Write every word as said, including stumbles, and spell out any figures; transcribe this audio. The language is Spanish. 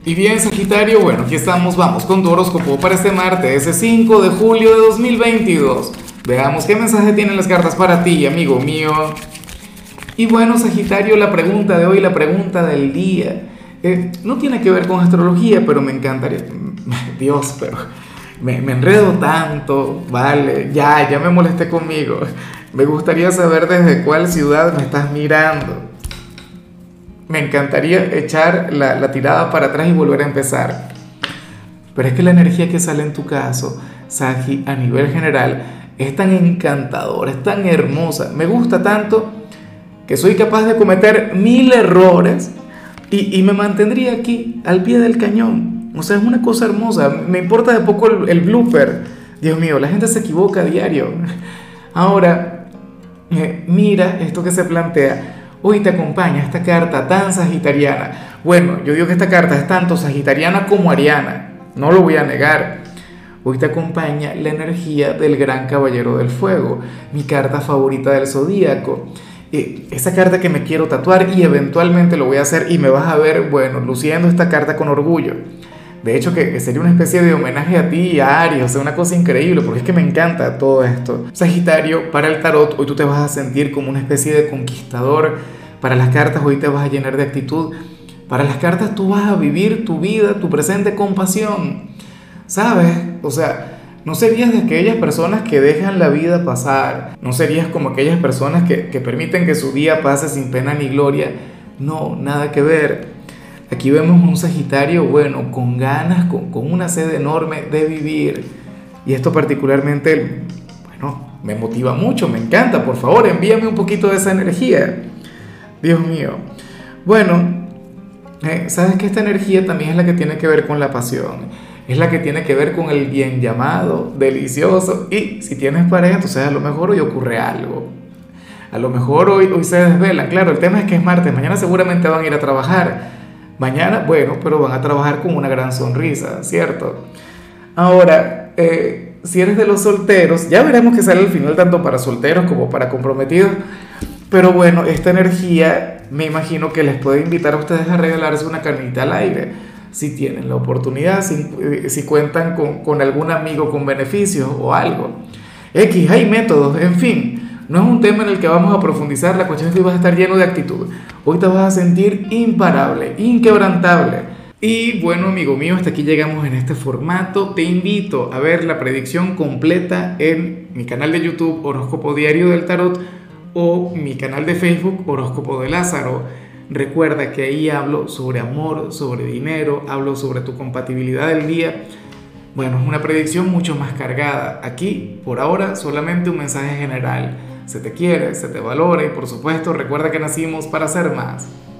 Y bien, Sagitario, bueno, aquí estamos, vamos con tu horóscopo para este martes, ese cinco de julio de dos mil veintidós. Veamos qué mensaje tienen las cartas para ti, amigo mío. Y bueno, Sagitario, la pregunta de hoy, la pregunta del día, eh, no tiene que ver con astrología, pero me encantaría, Dios, pero me, me enredo tanto, vale, ya, ya me molesté conmigo. Me gustaría saber desde cuál ciudad me estás mirando. Me encantaría echar la, la tirada para atrás y volver a empezar. Pero es que la energía que sale en tu caso, Sagi, a nivel general, es tan encantadora, es tan hermosa. Me gusta tanto que soy capaz de cometer mil errores y, y me mantendría aquí, al pie del cañón. O sea, es una cosa hermosa. Me importa de poco el, el blooper. Dios mío, la gente se equivoca a diario. Ahora, eh, mira esto que se plantea. Hoy te acompaña esta carta tan sagitariana. Bueno, yo digo que esta carta es tanto sagitariana como ariana, no lo voy a negar. Hoy te acompaña la energía del gran caballero del fuego, mi carta favorita del zodíaco. Eh, esa carta que me quiero tatuar y eventualmente lo voy a hacer y me vas a ver, bueno, luciendo esta carta con orgullo. De hecho, que, que sería una especie de homenaje a ti y a Aries, o sea, una cosa increíble, porque es que me encanta todo esto. Sagitario, para el tarot, hoy tú te vas a sentir como una especie de conquistador. Para las cartas, hoy te vas a llenar de actitud. Para las cartas, tú vas a vivir tu vida, tu presente con pasión. ¿Sabes? O sea, no serías de aquellas personas que dejan la vida pasar. No serías como aquellas personas que, que permiten que su día pase sin pena ni gloria. No, nada que ver. Aquí vemos un Sagitario, bueno, con ganas, con, con una sed enorme de vivir. Y esto particularmente, bueno, me motiva mucho, me encanta. Por favor, envíame un poquito de esa energía. Dios mío. Bueno, eh, sabes que esta energía también es la que tiene que ver con la pasión. Es la que tiene que ver con el bien llamado, delicioso. Y si tienes pareja, entonces a lo mejor hoy ocurre algo. A lo mejor hoy, hoy se desvelan. Claro, el tema es que es martes. Mañana seguramente van a ir a trabajar. Mañana, bueno, pero van a trabajar con una gran sonrisa, ¿cierto? Ahora, eh, si eres de los solteros, ya veremos que sale al final tanto para solteros como para comprometidos. Pero bueno, esta energía me imagino que les puede invitar a ustedes a regalarse una carnita al aire. Si tienen la oportunidad, si, eh, si cuentan con, con algún amigo con beneficios o algo. X, hay métodos, en fin. No es un tema en el que vamos a profundizar, la cuestión es que hoy vas a estar lleno de actitud. Hoy te vas a sentir imparable, inquebrantable. Y bueno, amigo mío, hasta aquí llegamos en este formato. Te invito a ver la predicción completa en mi canal de YouTube Horóscopo Diario del Tarot o mi canal de Facebook Horóscopo de Lázaro. Recuerda que ahí hablo sobre amor, sobre dinero, hablo sobre tu compatibilidad del día. Bueno, es una predicción mucho más cargada. Aquí, por ahora, solamente un mensaje general. Se te quiere, se te valora y por supuesto recuerda que nacimos para ser más.